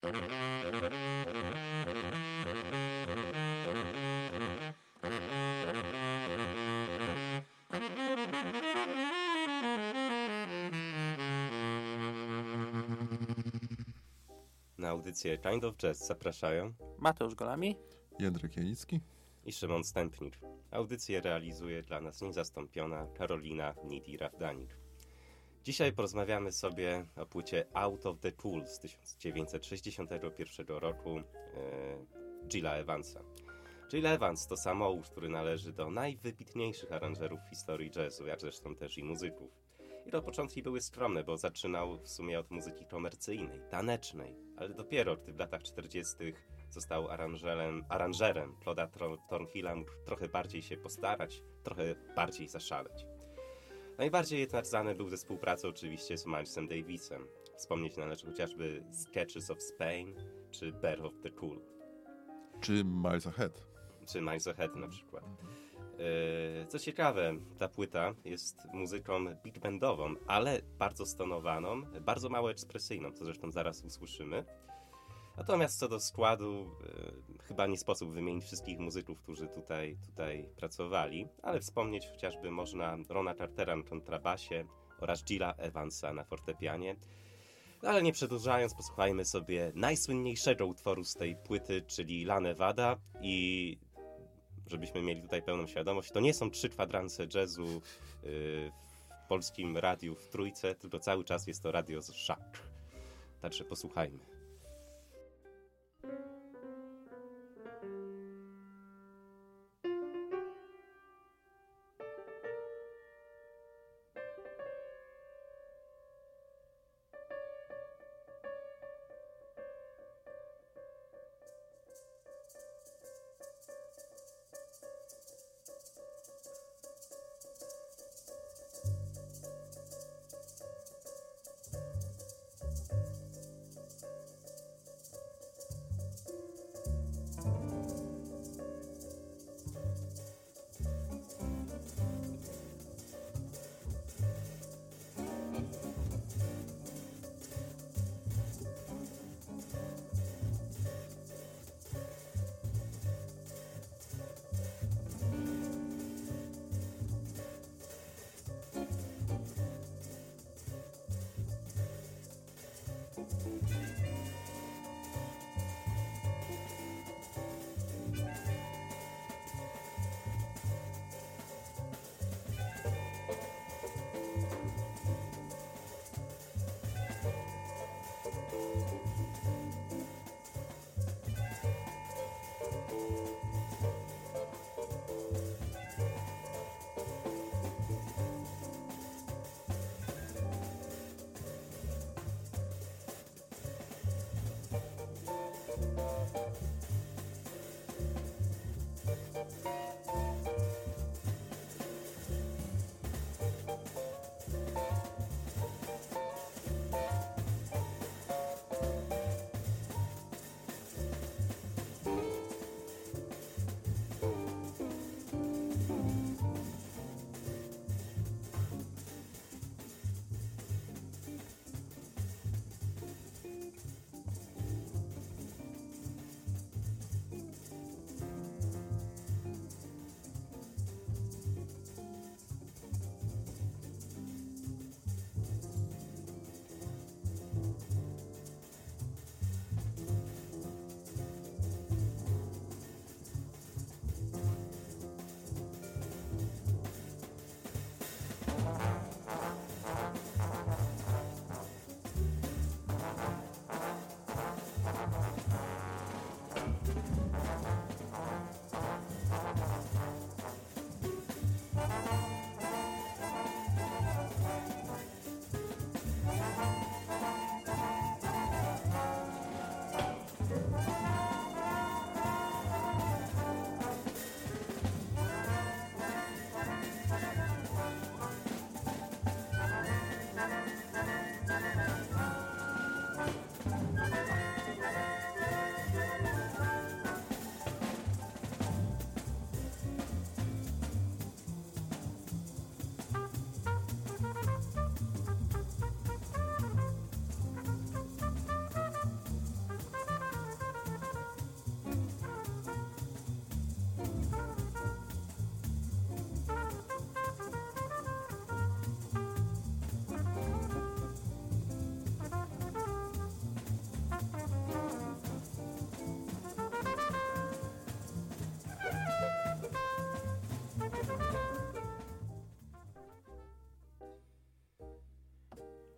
Na audycję Kind of Jazz zapraszają Mateusz Golami, Jędrek Janicki i Szymon Stępnik. Audycję realizuje dla nas niezastąpiona Karolina Nidi-Rawdanik. Dzisiaj porozmawiamy sobie o płycie Out of the Cool z 1961 roku Gilla Evansa. Jill Evans to samousz, który należy do najwybitniejszych aranżerów w historii jazzu, jak zresztą też i muzyków. Jego początki były skromne, bo zaczynał w sumie od muzyki komercyjnej, tanecznej, ale dopiero gdy w latach 40. został aranżerem Claude'a Thornhilla, mógł trochę bardziej się postarać, trochę bardziej zaszaleć. Najbardziej jednak znany był ze współpracy oczywiście z Milesem Davisem. Wspomnieć należy chociażby Sketches of Spain czy Bear of the Cool. czy Miles Ahead. Czy Miles Ahead na przykład. Co ciekawe, ta płyta jest muzyką big bandową, ale bardzo stonowaną, bardzo mało ekspresyjną, co zresztą zaraz usłyszymy. Natomiast co do składu, chyba nie sposób wymienić wszystkich muzyków, którzy tutaj pracowali, ale wspomnieć chociażby można Rona Cartera na kontrabasie oraz Gilla Evansa na fortepianie. Ale nie przedłużając, posłuchajmy sobie najsłynniejszego utworu z tej płyty, czyli La Nevada, i żebyśmy mieli tutaj pełną świadomość, to nie są 3 kwadranse jazzu w polskim radiu w Trójce, tylko cały czas jest to radio z Szak. Także posłuchajmy.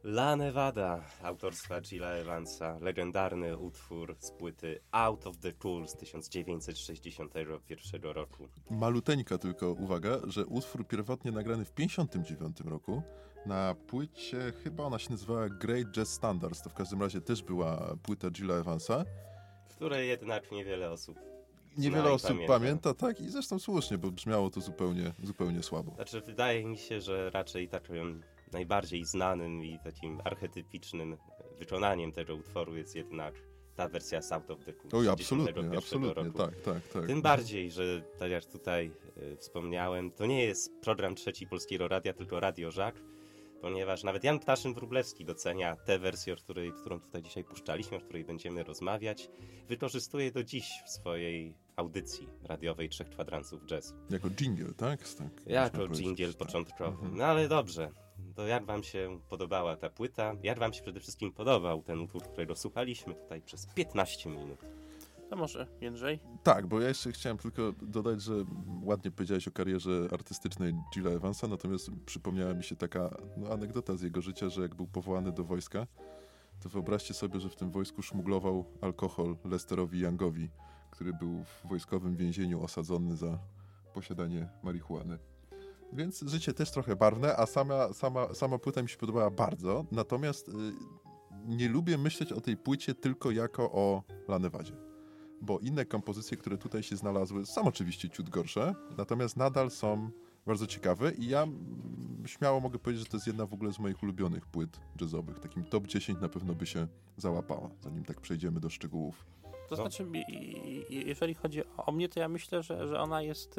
La Nevada autorstwa Gilla Evansa, legendarny utwór z płyty Out of the Cool z 1961 roku. Maluteńka tylko uwaga, że utwór pierwotnie nagrany w 1959 roku na płycie, chyba ona się nazywała Great Jazz Standards, to w każdym razie też była płyta Gilla Evansa. W której jednak niewiele osób pamięta, tak, i zresztą słusznie, bo brzmiało to zupełnie słabo. Znaczy, wydaje mi się, że raczej takim najbardziej znanym i takim archetypicznym wykonaniem tego utworu jest jednak ta wersja South of the Cool. Oj, absolutnie, roku. Tak. Tym bardziej, że tak jak tutaj wspomniałem, to nie jest program Trzeci Polskiego Radia, tylko Radio Żak, ponieważ nawet Jan Ptaszyn-Wróblewski docenia tę wersję, którą tutaj dzisiaj puszczaliśmy, o której będziemy rozmawiać, wykorzystuje do dziś w swojej audycji radiowej Trzech Kwadransów Jazzu. Jako dżingiel, tak? Jako dżingiel początkowy. No ale dobrze, to jak wam się podobała ta płyta? Jak wam się przede wszystkim podobał ten utwór, którego słuchaliśmy tutaj przez 15 minut? To może Jędrzej? Tak, bo ja jeszcze chciałem tylko dodać, że ładnie powiedziałeś o karierze artystycznej Gilla Evansa, natomiast przypomniała mi się taka anegdota z jego życia, że jak był powołany do wojska, to wyobraźcie sobie, że w tym wojsku szmuglował alkohol Lesterowi Youngowi, który był w wojskowym więzieniu osadzony za posiadanie marihuany. Więc życie też trochę barwne, a sama płyta mi się podobała bardzo, natomiast nie lubię myśleć o tej płycie tylko jako o La Nevadzie. Bo inne kompozycje, które tutaj się znalazły, są oczywiście ciut gorsze, natomiast nadal są bardzo ciekawe i ja śmiało mogę powiedzieć, że to jest jedna w ogóle z moich ulubionych płyt jazzowych. Takim top 10 na pewno by się załapała, zanim tak przejdziemy do szczegółów. To znaczy, jeżeli chodzi o mnie, to ja myślę, że ona jest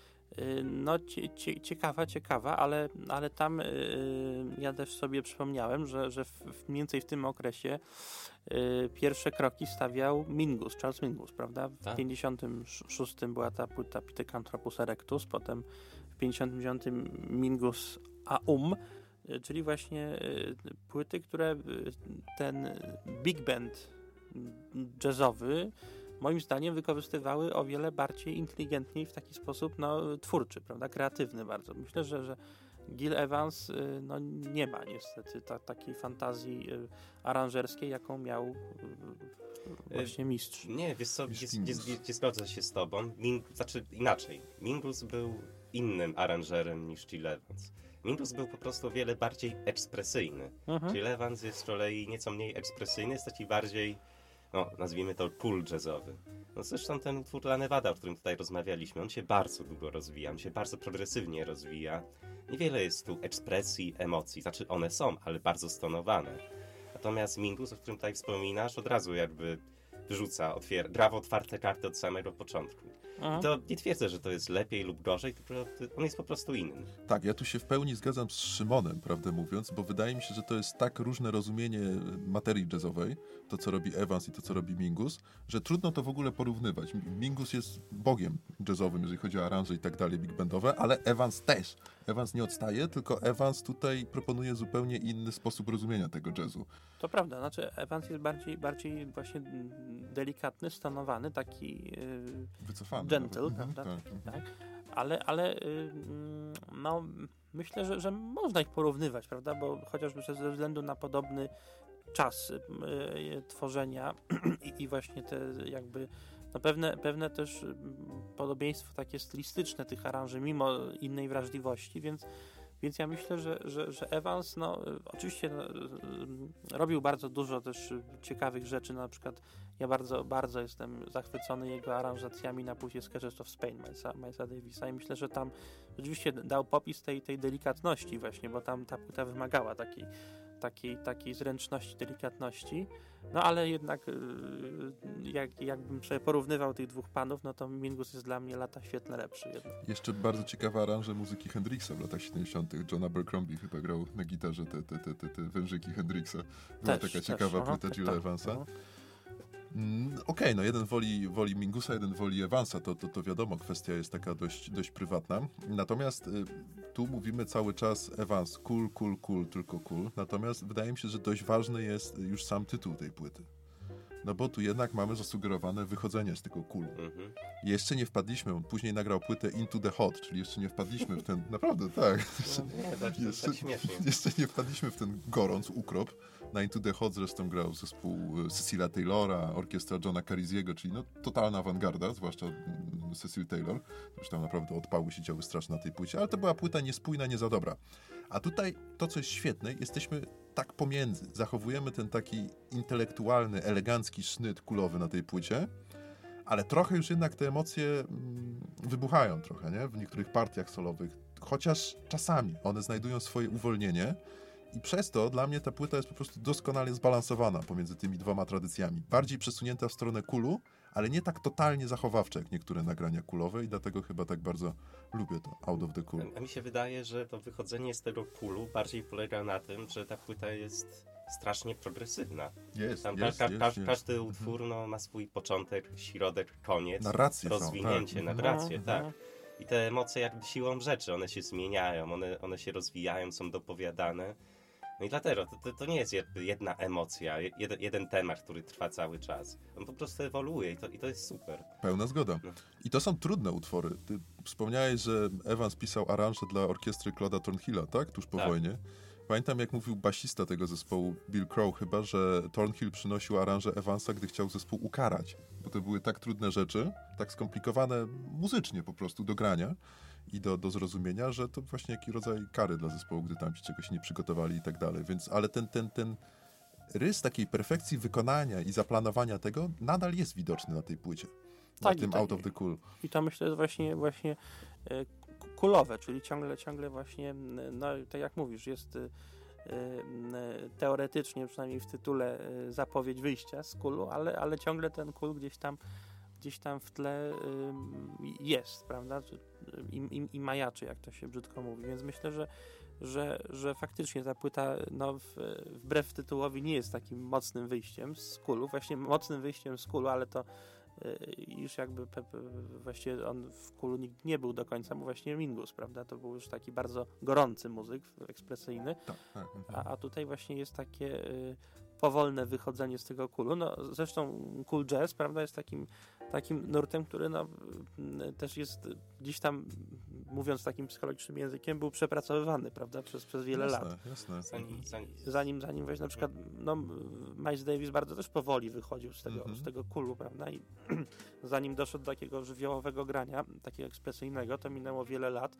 ciekawa, ale tam ja też sobie przypomniałem, że mniej więcej w tym okresie pierwsze kroki stawiał Charles Mingus, prawda? W 56 była ta płyta Pithecanthropus erectus, potem w 59 Mingus czyli właśnie płyty, które ten big band jazzowy moim zdaniem wykorzystywały o wiele bardziej inteligentniej w taki sposób twórczy, prawda, kreatywny bardzo. Myślę, że Gil Evans nie ma niestety takiej fantazji aranżerskiej, jaką miał właśnie mistrz. Nie, wiesz co, nie zgodzę się z tobą. Znaczy inaczej. Mingus był innym aranżerem niż Gil Evans. Mingus był po prostu o wiele bardziej ekspresyjny. Gil Evans jest z kolei nieco mniej ekspresyjny, jest taki bardziej, nazwijmy to cool jazzowy. Zresztą ten utwór La Nevada, o którym tutaj rozmawialiśmy, on się bardzo długo rozwija, on się bardzo progresywnie rozwija. Niewiele jest tu ekspresji, emocji, znaczy one są, ale bardzo stonowane. Natomiast Mingus, o którym tutaj wspominasz, od razu jakby wyrzuca, gra w otwarte karty od samego początku. I to nie twierdzę, że to jest lepiej lub gorzej, tylko on jest po prostu inny. Tak, ja tu się w pełni zgadzam z Szymonem, prawdę mówiąc, bo wydaje mi się, że to jest tak różne rozumienie materii jazzowej, to co robi Evans i to co robi Mingus, że trudno to w ogóle porównywać. Mingus jest bogiem jazzowym, jeżeli chodzi o aranże i tak dalej, big bandowe, ale Evans też. Evans nie odstaje, tylko Evans tutaj proponuje zupełnie inny sposób rozumienia tego jazzu. To prawda, znaczy Evans jest bardziej właśnie delikatny, stonowany, taki wycofany. Gentle, prawda? Tak. Ale myślę, że można ich porównywać, prawda? Bo chociażby ze względu na podobny czas tworzenia i właśnie te jakby pewne też podobieństwo takie stylistyczne tych aranży, mimo innej wrażliwości, więc ja myślę, że Evans oczywiście robił bardzo dużo też ciekawych rzeczy, na przykład ja bardzo jestem zachwycony jego aranżacjami na płycie Sketches of Spain Milesa Davisa i myślę, że tam rzeczywiście dał popis tej delikatności właśnie, bo tam ta płyta wymagała takiej zręczności, delikatności, ale jednak jakbym sobie porównywał tych dwóch panów, to Mingus jest dla mnie lata świetlne lepszy jednak. Jeszcze bardzo ciekawa aranża muzyki Hendrixa w latach 70. John Abercrombie chyba grał na gitarze te wężyki Hendrixa. Była taka ciekawa płyta Gilla Evansa. Okej, jeden woli Mingusa, jeden woli Evansa, to wiadomo, kwestia jest taka dość prywatna. Natomiast tu mówimy cały czas Evans, cool, tylko cool. Natomiast wydaje mi się, że dość ważny jest już sam tytuł tej płyty. No bo tu jednak mamy zasugerowane wychodzenie z tego kulu. Jeszcze nie wpadliśmy, on później nagrał płytę Into the Hot, czyli jeszcze nie wpadliśmy w ten, naprawdę tak, jeszcze nie wpadliśmy w ten gorąc, ukrop. Na Into the Hot zresztą grał zespół Cecilia Taylora, orkiestra Johna Cariziego, czyli no totalna awangarda, zwłaszcza Cecil Taylor. Już tam naprawdę odpały się działy straszne na tej płycie, ale to była płyta niespójna, nie za dobra. A tutaj to, co jest świetne, jesteśmy tak pomiędzy. Zachowujemy ten taki intelektualny, elegancki sznyt kulowy na tej płycie, ale trochę już jednak te emocje wybuchają trochę, nie? W niektórych partiach solowych. Chociaż czasami one znajdują swoje uwolnienie i przez to dla mnie ta płyta jest po prostu doskonale zbalansowana pomiędzy tymi dwoma tradycjami. Bardziej przesunięta w stronę kulu, ale nie tak totalnie zachowawcze jak niektóre nagrania kulowe i dlatego chyba tak bardzo lubię to Out of the Cool. A mi się wydaje, że to wychodzenie z tego kulu bardziej polega na tym, że ta płyta jest strasznie progresywna. Każdy utwór ma swój początek, środek, koniec, rozwinięcie, narrację, tak. I te emocje jakby siłą rzeczy, one się zmieniają, one się rozwijają, są dopowiadane. No i dlatego to nie jest jedna emocja, jeden temat, który trwa cały czas. On po prostu ewoluuje i to jest super. Pełna zgoda. No. I to są trudne utwory. Ty wspomniałeś, że Evans pisał aranże dla orkiestry Claude'a Thornhilla, tak? Tuż po wojnie. Pamiętam, jak mówił basista tego zespołu, Bill Crow chyba, że Thornhill przynosił aranże Evansa, gdy chciał zespół ukarać. Bo to były tak trudne rzeczy, tak skomplikowane muzycznie po prostu do grania i do zrozumienia, że to właśnie jaki rodzaj kary dla zespołu, gdy tam ci czegoś nie przygotowali i tak dalej. Więc, ale ten rys takiej perfekcji wykonania i zaplanowania tego nadal jest widoczny na tej płycie. Na tym Out of the Cool. I to myślę jest właśnie kulowe, czyli ciągle właśnie, no tak jak mówisz, jest teoretycznie, przynajmniej w tytule, zapowiedź wyjścia z kulu, ale ciągle ten kul gdzieś tam w tle jest, prawda? I majaczy, jak to się brzydko mówi. Więc myślę, że faktycznie ta płyta, no, wbrew tytułowi, nie jest takim mocnym wyjściem z kulu. Właśnie mocnym wyjściem z kulu, ale to już jakby właściwie on w kulu nigdy nie był do końca, bo właśnie Mingus, prawda? To był już taki bardzo gorący muzyk, ekspresyjny. A tutaj właśnie jest takie powolne wychodzenie z tego kulu. No, zresztą cool jazz, prawda, jest takim nurtem, który no, też jest gdzieś tam, mówiąc takim psychologicznym językiem, był przepracowywany, prawda, przez wiele lat. Jasne. Zanim właśnie na przykład no, Miles Davis bardzo też powoli wychodził z tego kulu, prawda, i zanim doszedł do takiego żywiołowego grania, takiego ekspresyjnego, to minęło wiele lat.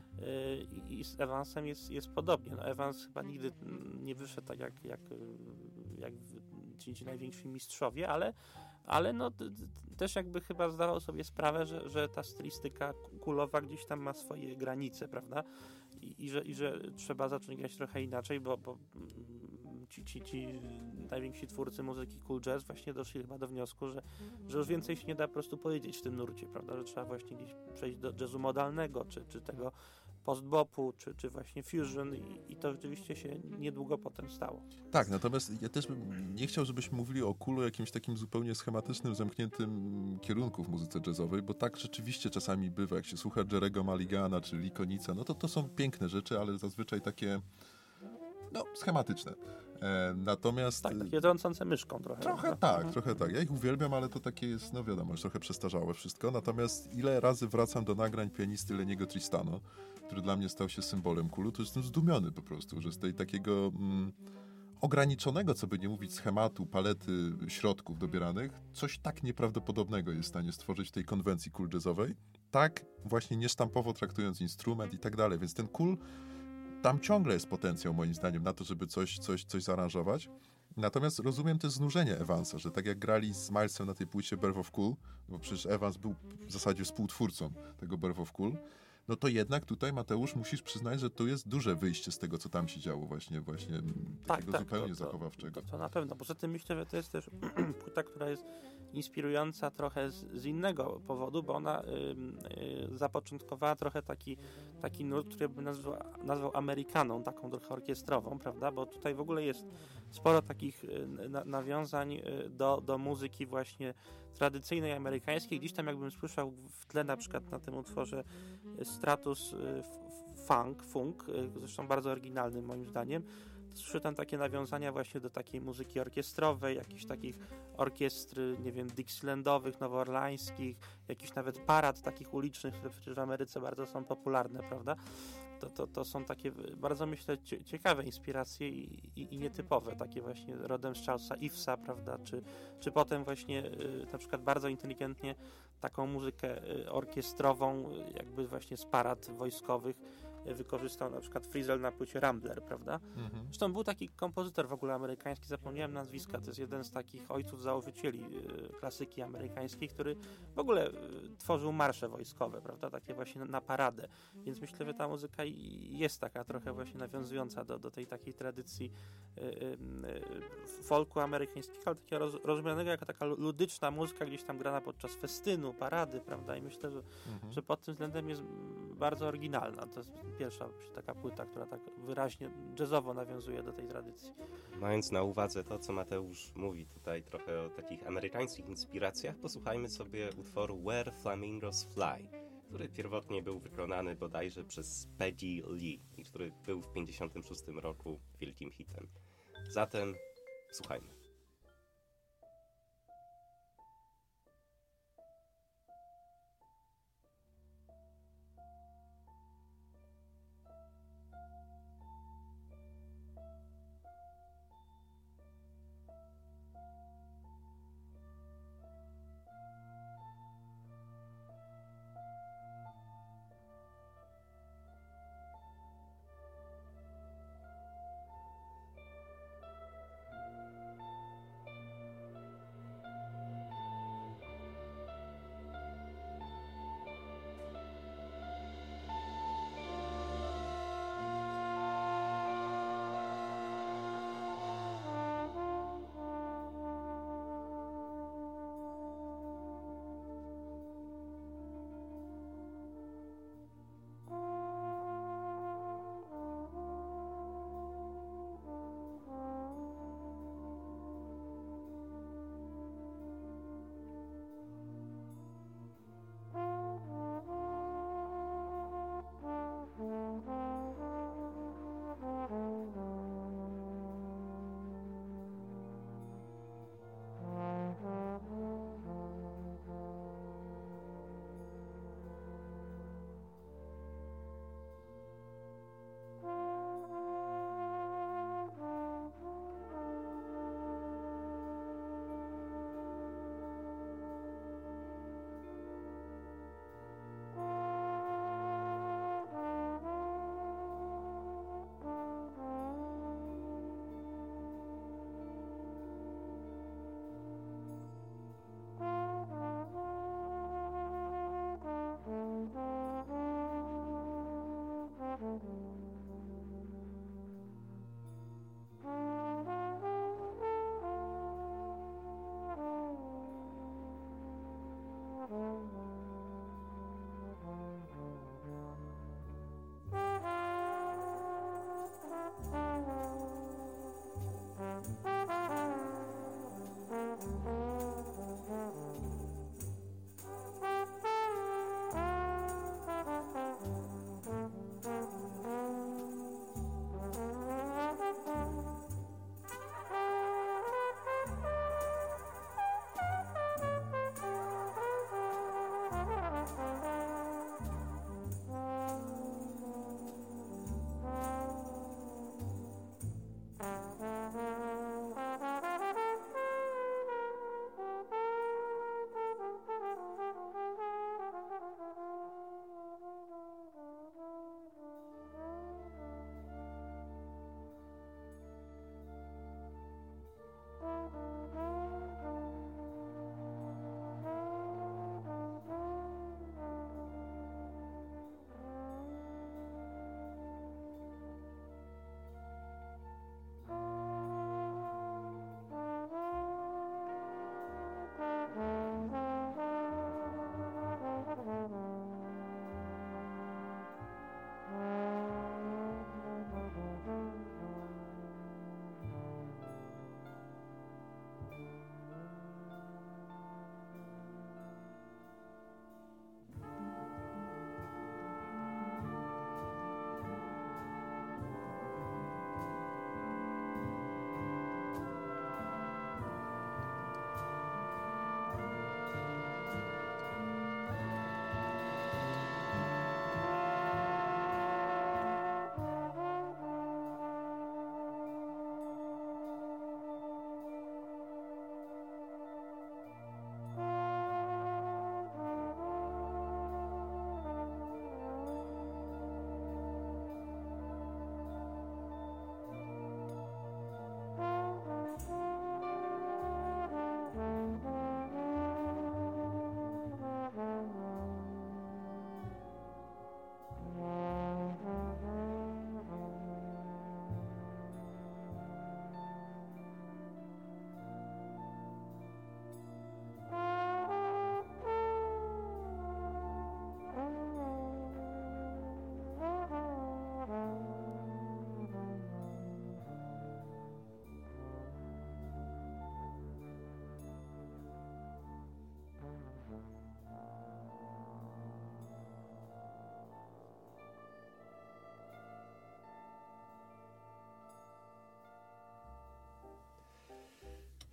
I z Evansem jest podobnie. No, Evans chyba nigdy nie wyszedł tak jak ci najwięksi mistrzowie, ale no też jakby chyba zdawał sobie sprawę, że ta stylistyka kulowa gdzieś tam ma swoje granice, prawda? I że trzeba zacząć grać trochę inaczej, bo ci najwięksi twórcy muzyki cool jazz właśnie doszli chyba do wniosku, że już więcej się nie da po prostu powiedzieć w tym nurcie, prawda? Że trzeba właśnie gdzieś przejść do jazzu modalnego, czy tego post-bopu, czy właśnie fusion i to rzeczywiście się niedługo potem stało. Tak, natomiast ja też bym nie chciał, żebyśmy mówili o kulu jakimś takim zupełnie schematycznym, zamkniętym kierunku w muzyce jazzowej, bo tak rzeczywiście czasami bywa, jak się słucha Jerego Mulligana czy Likonica, no to są piękne rzeczy, ale zazwyczaj takie schematyczne. Natomiast... Tak, takie trącące myszką trochę. Trochę tak. Ja ich uwielbiam, ale to takie jest, no wiadomo, już trochę przestarzałe wszystko. Natomiast ile razy wracam do nagrań pianisty Leniego Tristano, który dla mnie stał się symbolem kulu, to jestem zdumiony po prostu, że z tej takiego ograniczonego, co by nie mówić, schematu, palety środków dobieranych, coś tak nieprawdopodobnego jest w stanie stworzyć w tej konwencji cool jazzowej, tak właśnie niesztampowo traktując instrument i tak dalej. Więc ten cool, tam ciągle jest potencjał moim zdaniem na to, żeby coś zaaranżować. Natomiast rozumiem też znużenie Evansa, że tak jak grali z Milesem na tej płycie Birth of Cool, bo przecież Evans był w zasadzie współtwórcą tego Birth of Cool, no to jednak tutaj, Mateusz, musisz przyznać, że tu jest duże wyjście z tego, co tam się działo właśnie takiego zupełnie zachowawczego. To na pewno. Poza tym myślę, że to jest też płyta, która jest inspirująca trochę z innego powodu, bo ona zapoczątkowała trochę taki nurt, który bym nazwał Amerykaną, taką trochę orkiestrową, prawda? Bo tutaj w ogóle jest sporo takich nawiązań do muzyki właśnie tradycyjnej amerykańskiej. Gdzieś tam jakbym słyszał w tle na przykład na tym utworze Stratus Funk, zresztą bardzo oryginalny moim zdaniem, Słyszę tam takie nawiązania właśnie do takiej muzyki orkiestrowej, jakichś takich orkiestr, nie wiem, Dixielandowych, nowoorlańskich, jakichś nawet parad takich ulicznych, które przecież w Ameryce bardzo są popularne, prawda? To są takie bardzo, myślę, ciekawe inspiracje i nietypowe, takie właśnie rodem z Charlesa Ivesa, prawda, czy potem właśnie na przykład bardzo inteligentnie taką muzykę orkiestrową, jakby właśnie z parad wojskowych wykorzystał na przykład Frizzell na płycie Rambler, prawda? Zresztą był taki kompozytor w ogóle amerykański, zapomniałem nazwiska, to jest jeden z takich ojców założycieli klasyki amerykańskiej, który w ogóle tworzył marsze wojskowe, prawda? Takie właśnie na paradę. Więc myślę, że ta muzyka jest taka trochę właśnie nawiązująca do tej takiej tradycji folku amerykańskiego, ale takiego rozumianego jako taka ludyczna muzyka gdzieś tam grana podczas festynu, parady, prawda? I myślę, że pod tym względem jest bardzo oryginalna. To jest pierwsza taka płyta, która tak wyraźnie jazzowo nawiązuje do tej tradycji. Mając na uwadze to, co Mateusz mówi tutaj trochę o takich amerykańskich inspiracjach, posłuchajmy sobie utworu Where Flamingos Fly, który pierwotnie był wykonany bodajże przez Peggy Lee i który był w 1956 roku wielkim hitem. Zatem słuchajmy.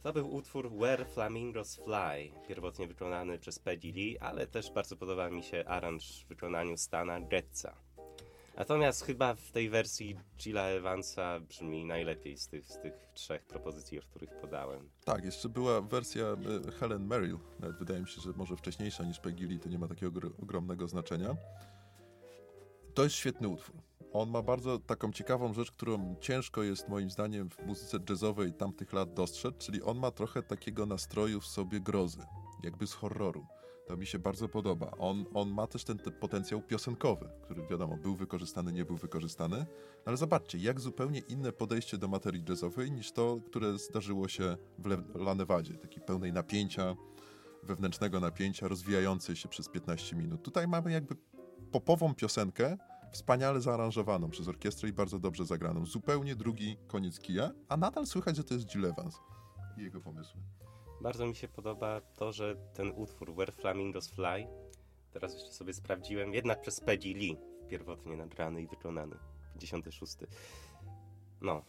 To był utwór Where Flamingos Fly, pierwotnie wykonany przez Peggy Lee, ale też bardzo podoba mi się aranż w wykonaniu Stana Getza. Natomiast chyba w tej wersji Gilla Evansa brzmi najlepiej z tych trzech propozycji, o których podałem. Tak, jeszcze była wersja Helen Merrill. Nawet wydaje mi się, że może wcześniejsza niż Peggy Lee, to nie ma takiego ogromnego znaczenia. To jest świetny utwór. On ma bardzo taką ciekawą rzecz, którą ciężko jest moim zdaniem w muzyce jazzowej tamtych lat dostrzec, czyli on ma trochę takiego nastroju w sobie grozy, jakby z horroru. To mi się bardzo podoba. On ma też ten potencjał piosenkowy, który wiadomo, był wykorzystany, nie był wykorzystany, ale zobaczcie, jak zupełnie inne podejście do materii jazzowej niż to, które zdarzyło się w La Nevadzie, takiej pełnej napięcia, wewnętrznego napięcia, rozwijającej się przez 15 minut. Tutaj mamy jakby popową piosenkę, wspaniale zaaranżowaną przez orkiestrę i bardzo dobrze zagraną. Zupełnie drugi koniec kija, a nadal słychać, że to jest Gil Evans i jego pomysły. Bardzo mi się podoba to, że ten utwór Where Flamingos Fly, teraz jeszcze sobie sprawdziłem, jednak przez Peggy Lee pierwotnie nagrany i wykonany, 56. No,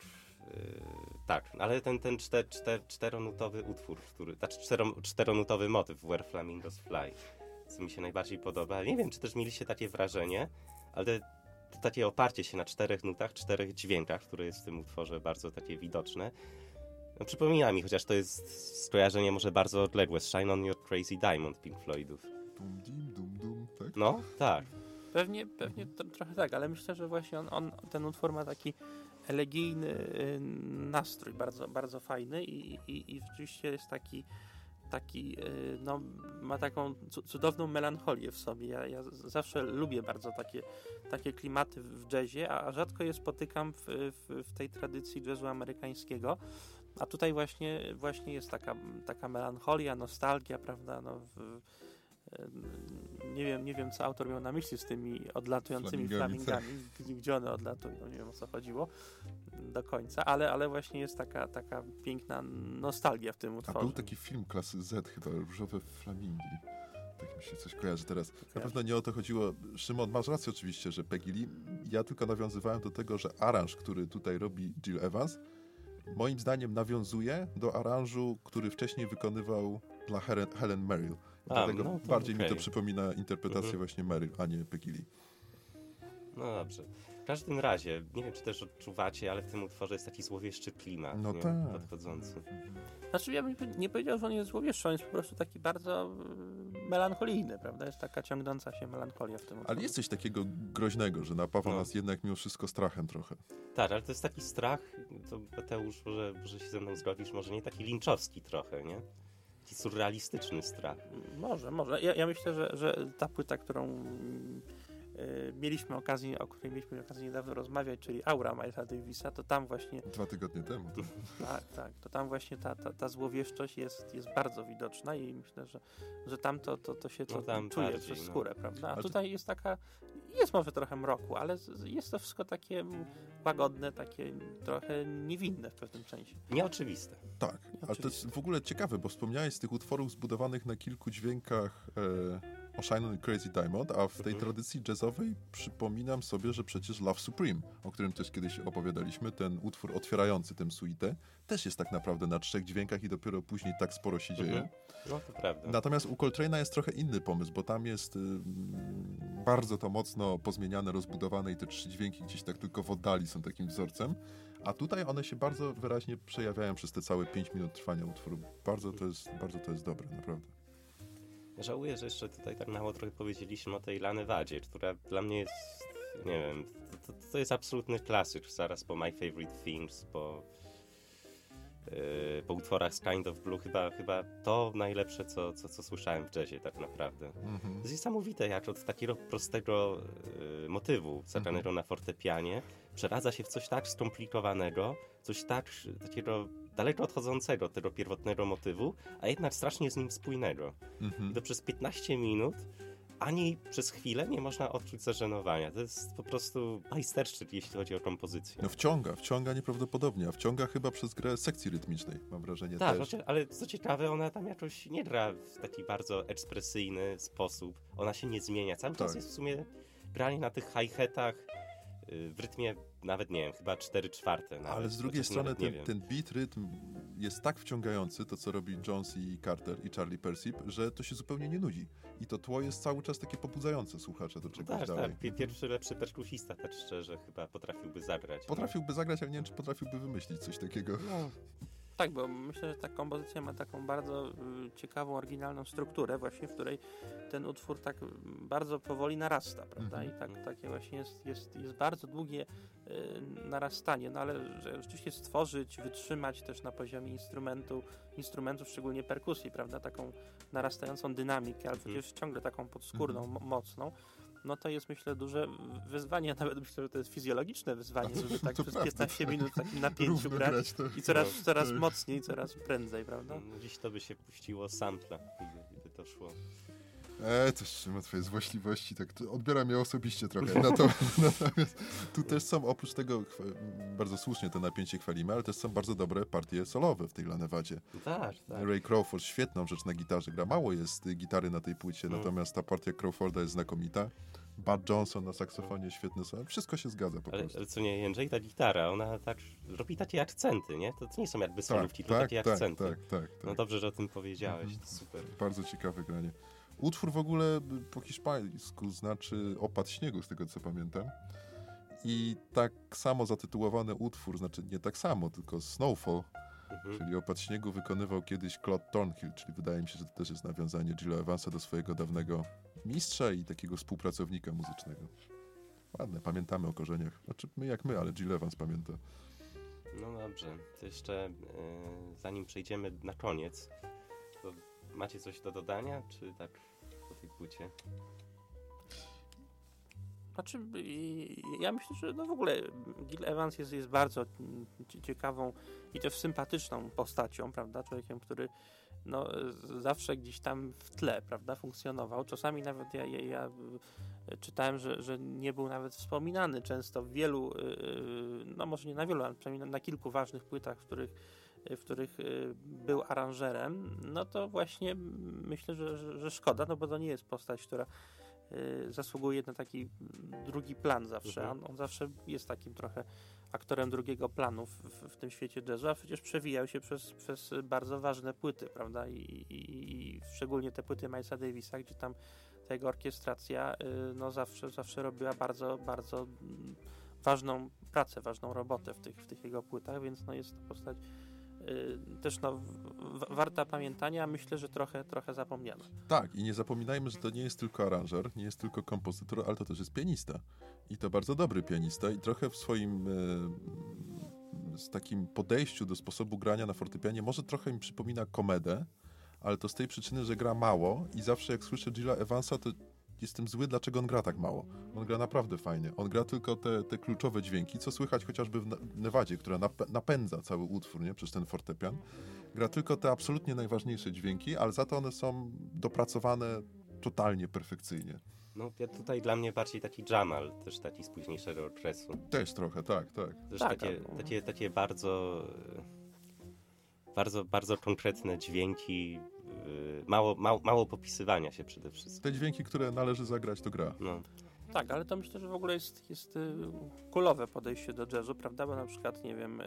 tak, ale ten czteronutowy utwór, czteronutowy motyw Where Flamingos Fly, co mi się najbardziej podoba. Nie wiem, czy też mieliście takie wrażenie, ale to takie oparcie się na 4 nutach, 4 dźwiękach, które jest w tym utworze bardzo takie widoczne. No, przypomina mi, chociaż to jest skojarzenie może bardzo odległe, z Shine on Your Crazy Diamond Pink Floydów. Dum, dim, dum, dum, tak? No, tak. Pewnie trochę tak, ale myślę, że właśnie ten utwór ma taki elegijny nastrój, bardzo, bardzo fajny i rzeczywiście jest taki no, ma taką cudowną melancholię w sobie. Ja zawsze lubię bardzo takie klimaty w jazzie, a rzadko je spotykam w tej tradycji jazzu amerykańskiego. A tutaj właśnie jest taka melancholia, nostalgia, prawda? No, nie wiem, co autor miał na myśli z tymi odlatującymi flamingami, gdzie one odlatują, nie wiem, o co chodziło do końca, ale właśnie jest taka piękna nostalgia w tym utworze. A był taki film klasy Z chyba, Różowe Flamingi. Tak mi się coś kojarzy teraz. Na pewno nie o to chodziło. Szymon, masz rację oczywiście, że Peggy Lee. Ja tylko nawiązywałem do tego, że aranż, który tutaj robi Gil Evans, moim zdaniem nawiązuje do aranżu, który wcześniej wykonywał dla Helen Merrill. Dlatego bardziej mi to przypomina interpretację właśnie Merrill, a nie Peggy Lee. No dobrze. W każdym razie, nie wiem, czy też odczuwacie, ale w tym utworze jest taki złowieszczy klimat, no nie? Tak. Podchodzący. Znaczy, ja bym nie powiedział, że on jest złowieszczy, on jest po prostu taki bardzo melancholijny, prawda? Jest taka ciągnąca się melancholia w tym utworze. Ale jest coś takiego groźnego, że napawa nas jednak mimo wszystko strachem trochę. Tak, ale to jest taki strach, to Mateusz, może się ze mną zgodzisz, może nie taki linczowski trochę, nie? Taki surrealistyczny strach. Może. Ja myślę, że ta płyta, którą o której mieliśmy okazję niedawno rozmawiać, czyli Aura Milesa Davisa, to tam właśnie... 2 tygodnie temu. Tak, to tam właśnie ta złowieszczość jest bardzo widoczna i myślę, że tam to się tam czuje bardziej, przez skórę, prawda? A tutaj jest może trochę mroku, ale jest to wszystko takie łagodne, takie trochę niewinne w pewnym sensie. Nieoczywiste. Tak, ale to jest w ogóle ciekawe, bo wspomniałeś z tych utworów zbudowanych na kilku dźwiękach o Shine on Crazy Diamond, a w tej tradycji jazzowej przypominam sobie, że przecież Love Supreme, o którym też kiedyś opowiadaliśmy, ten utwór otwierający tę suitę, też jest tak naprawdę na 3 dźwiękach i dopiero później tak sporo się dzieje. No to prawda. Natomiast u Coltrane'a jest trochę inny pomysł, bo tam jest bardzo to mocno pozmieniane, rozbudowane i te 3 dźwięki gdzieś tak tylko w oddali są takim wzorcem, a tutaj one się bardzo wyraźnie przejawiają przez te całe 5 minut trwania utworu. Bardzo to jest dobre, naprawdę. Ja żałuję, że jeszcze tutaj tak mało trochę powiedzieliśmy o tej La Nevadzie, która dla mnie jest, nie wiem, to jest absolutny klasyk, zaraz po My Favorite Things, po utworach z Kind of Blue, chyba to najlepsze, co słyszałem w jazzie tak naprawdę. To jest niesamowite, jak od takiego prostego motywu zagranego na fortepianie przeradza się w coś tak skomplikowanego, coś takiego daleko odchodzącego od tego pierwotnego motywu, a jednak strasznie z nim spójnego. I to przez 15 minut ani przez chwilę nie można odczuć zażenowania. To jest po prostu majsterszczyk, jeśli chodzi o kompozycję. No wciąga nieprawdopodobnie, a wciąga chyba przez grę sekcji rytmicznej, mam wrażenie. Tak, też. Ale co ciekawe, ona tam jakoś nie gra w taki bardzo ekspresyjny sposób. Ona się nie zmienia. Cały czas jest w sumie granie na tych hi-hatach w rytmie nawet nie wiem, chyba 4/4. Nawet, ale z drugiej strony nie wiem. ten beat rytm jest tak wciągający, to co robi Jones i Carter i Charlie Persip, że to się zupełnie nie nudzi. I to tło jest cały czas takie pobudzające słuchacza do czegoś Tak, dalej. tak. Pierwszy lepszy perkusista, tak szczerze, chyba potrafiłby zagrać. Potrafiłby zagrać, ale nie wiem, czy potrafiłby wymyślić coś takiego. No. Tak, bo myślę, że ta kompozycja ma taką bardzo ciekawą, oryginalną strukturę właśnie, w której ten utwór tak bardzo powoli narasta, prawda? I takie właśnie jest bardzo długie narastanie, no ale że rzeczywiście stworzyć, wytrzymać też na poziomie instrumentów, szczególnie perkusji, prawda? Taką narastającą dynamikę, ale przecież ciągle taką podskórną, mocną. No to jest, myślę, duże wyzwanie, nawet myślę, że to jest fizjologiczne wyzwanie, żeby tak przez 15 minut w takim napięciu grać i coraz mocniej, coraz prędzej, prawda? Dziś to by się puściło sampla, gdyby to szło. To trzyma twoje złośliwości, tak to odbieram je osobiście trochę. Natomiast tu też są, oprócz tego, bardzo słusznie to napięcie chwalimy, ale też są bardzo dobre partie solowe w tej Lanevadzie. Tak. Ray Crawford świetną rzecz na gitarze gra. Mało jest gitary na tej płycie, natomiast ta partia Crawforda jest znakomita. Bud Johnson na saksofonie świetny solo. Wszystko się zgadza po prostu. Ale co nie, Jędrzej, ta gitara, ona tak robi takie akcenty, nie? To nie są jakby solówki, tylko takie akcenty. Tak. No dobrze, że o tym powiedziałeś, to super. Bardzo ciekawe granie. Utwór w ogóle po hiszpańsku znaczy opad śniegu, z tego co pamiętam. I tak samo zatytułowany utwór, znaczy nie tak samo, tylko Snowfall, czyli opad śniegu, wykonywał kiedyś Claude Thornhill, czyli wydaje mi się, że to też jest nawiązanie Gilla Evansa do swojego dawnego mistrza i takiego współpracownika muzycznego. Ładne, pamiętamy o korzeniach. Znaczy my jak my, ale Gill Evans pamięta. No dobrze, to jeszcze zanim przejdziemy na koniec, to macie coś do dodania, czy tak po tej płycie? Znaczy, ja myślę, że no w ogóle Gil Evans jest bardzo ciekawą i też sympatyczną postacią, prawda? Człowiekiem, który no, zawsze gdzieś tam w tle, prawda, funkcjonował. Czasami nawet ja czytałem, że nie był nawet wspominany często w wielu, no może nie na wielu, ale przynajmniej na kilku ważnych płytach, w których był aranżerem. No to właśnie myślę, że szkoda, no bo to nie jest postać, która zasługuje na taki drugi plan zawsze. On zawsze jest takim trochę aktorem drugiego planu w tym świecie jazzu, a przecież przewijał się przez bardzo ważne płyty, prawda? I szczególnie te płyty Milesa Davisa, gdzie tam ta jego orkiestracja no zawsze robiła bardzo, bardzo ważną pracę, ważną robotę w tych jego płytach, więc no jest to postać też no, warta pamiętania, myślę, że trochę zapomniana. Tak, i nie zapominajmy, że to nie jest tylko aranżer, nie jest tylko kompozytor, ale to też jest pianista. I to bardzo dobry pianista i trochę w swoim z takim podejściu do sposobu grania na fortepianie może trochę mi przypomina komedę, ale to z tej przyczyny, że gra mało i zawsze jak słyszę Gilla Evansa, to jestem zły, dlaczego on gra tak mało. On gra naprawdę fajnie. On gra tylko te kluczowe dźwięki, co słychać chociażby w Nevadzie, która napędza cały utwór, nie? Przez ten fortepian. Gra tylko te absolutnie najważniejsze dźwięki, ale za to one są dopracowane totalnie perfekcyjnie. No tutaj dla mnie bardziej taki Jamal, też taki z późniejszego okresu. Też trochę, tak. Też tak, takie bardzo, bardzo, bardzo konkretne dźwięki, mało popisywania się przede wszystkim. Te dźwięki, które należy zagrać, to gra. No. Tak, ale to myślę, że w ogóle jest kulowe podejście do jazzu, prawda, bo na przykład, nie wiem,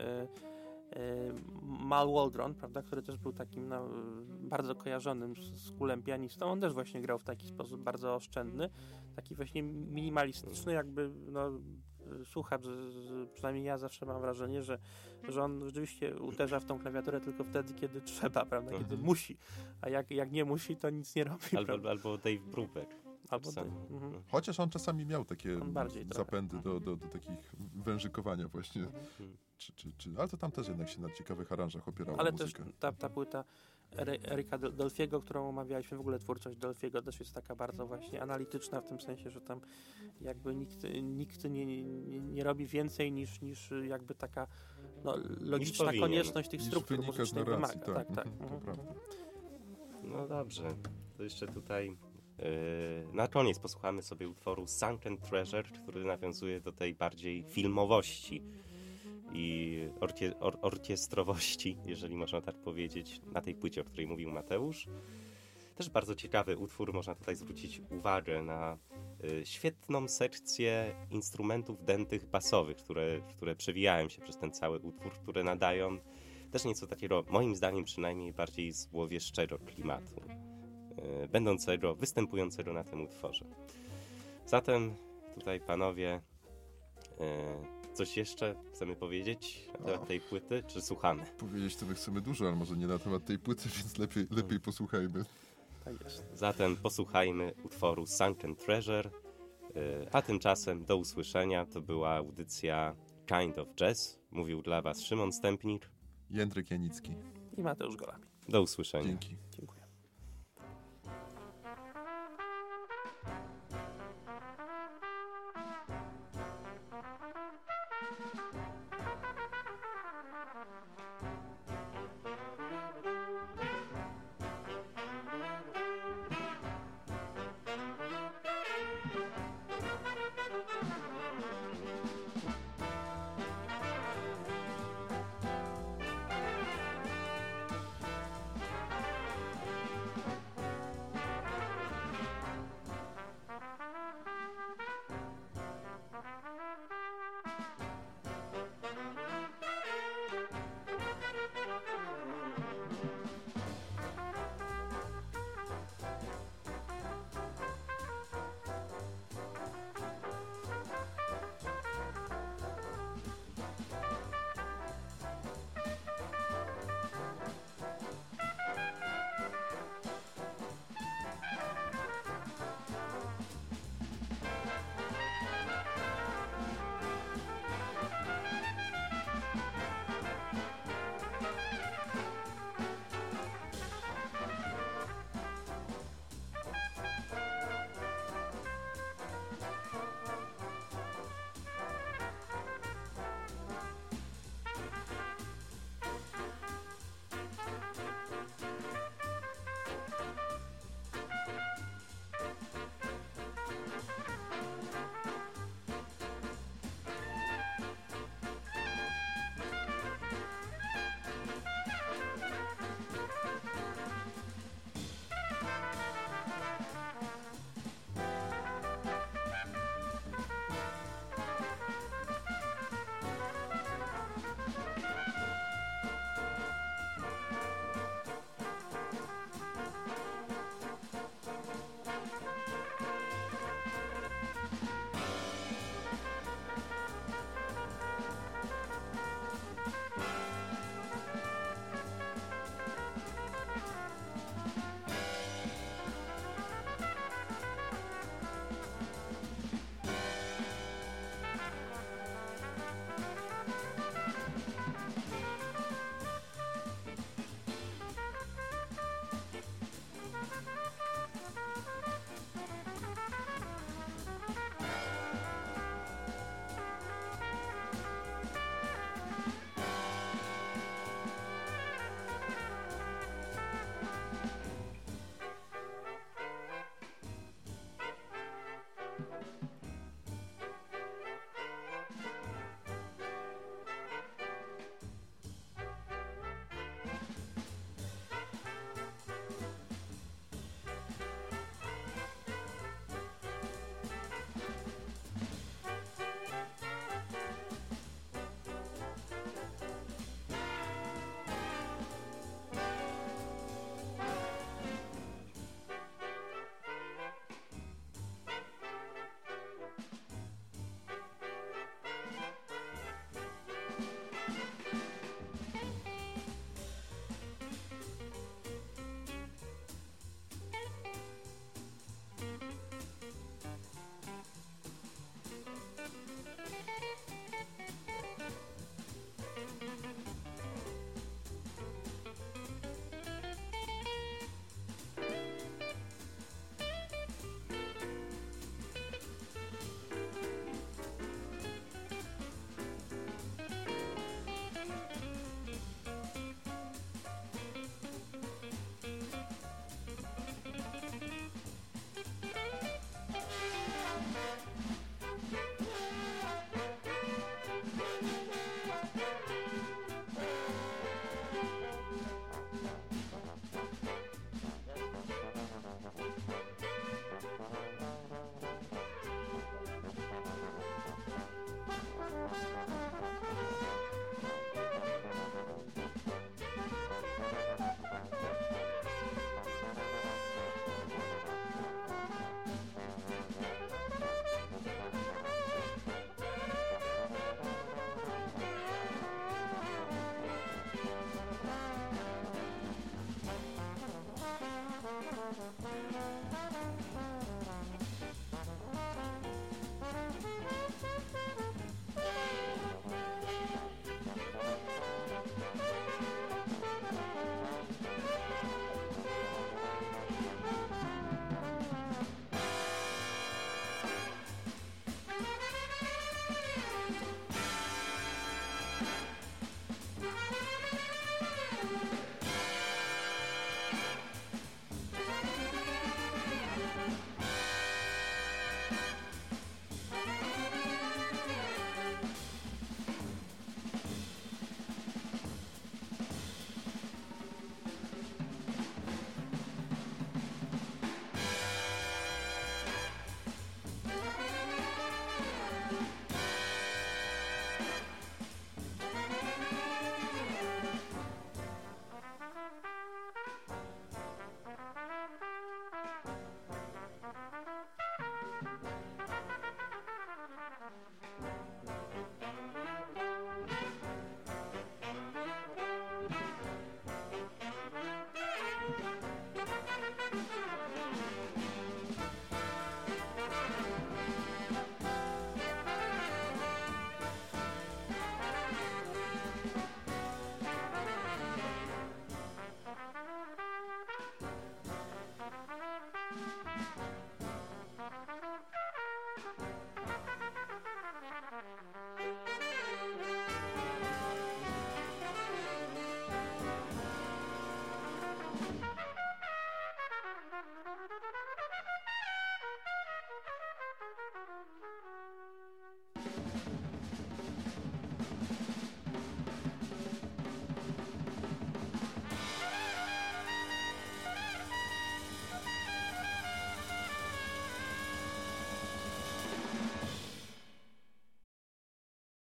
Mal Waldron, prawda, który też był takim no, bardzo kojarzonym z kulem pianistą, on też właśnie grał w taki sposób bardzo oszczędny, taki właśnie minimalistyczny, jakby no, słuchacz, przynajmniej ja zawsze mam wrażenie, że on rzeczywiście uderza w tą klawiaturę tylko wtedy, kiedy trzeba, prawda, kiedy musi, a jak nie musi, to nic nie robi. Albo Dave Brubeck. Chociaż on czasami miał takie zapędy trochę. do takich wężykowania właśnie. Ale to tam też jednak się na ciekawych aranżach opierało ale muzyka. też ta płyta Erika Dolphy'ego, którą omawialiśmy, w ogóle twórczość Dolphy'ego też jest taka bardzo właśnie analityczna w tym sensie, że tam jakby nikt nie robi więcej niż jakby taka no, logiczna konieczność tych struktur muzycznych wymaga. Tak. To prawda. No dobrze, to jeszcze tutaj na koniec posłuchamy sobie utworu Sunken Treasure, który nawiązuje do tej bardziej filmowości i orkiestrowości, jeżeli można tak powiedzieć, na tej płycie, o której mówił Mateusz. Też bardzo ciekawy utwór, można tutaj zwrócić uwagę na świetną sekcję instrumentów dętych basowych, które przewijają się przez ten cały utwór, które nadają też nieco takiego, moim zdaniem przynajmniej, bardziej złowieszczego klimatu, występującego na tym utworze. Zatem tutaj, panowie, coś jeszcze chcemy powiedzieć na temat tej płyty, czy słuchamy? Powiedzieć to my chcemy dużo, ale może nie na temat tej płyty, więc lepiej posłuchajmy. Tak jest. Zatem posłuchajmy utworu Sunken Treasure, a tymczasem do usłyszenia. To była audycja Kind of Jazz. Mówił dla was Szymon Stępnik. Jędrek Janicki. I Mateusz Golami. Do usłyszenia. Dzięki. Dziękuję.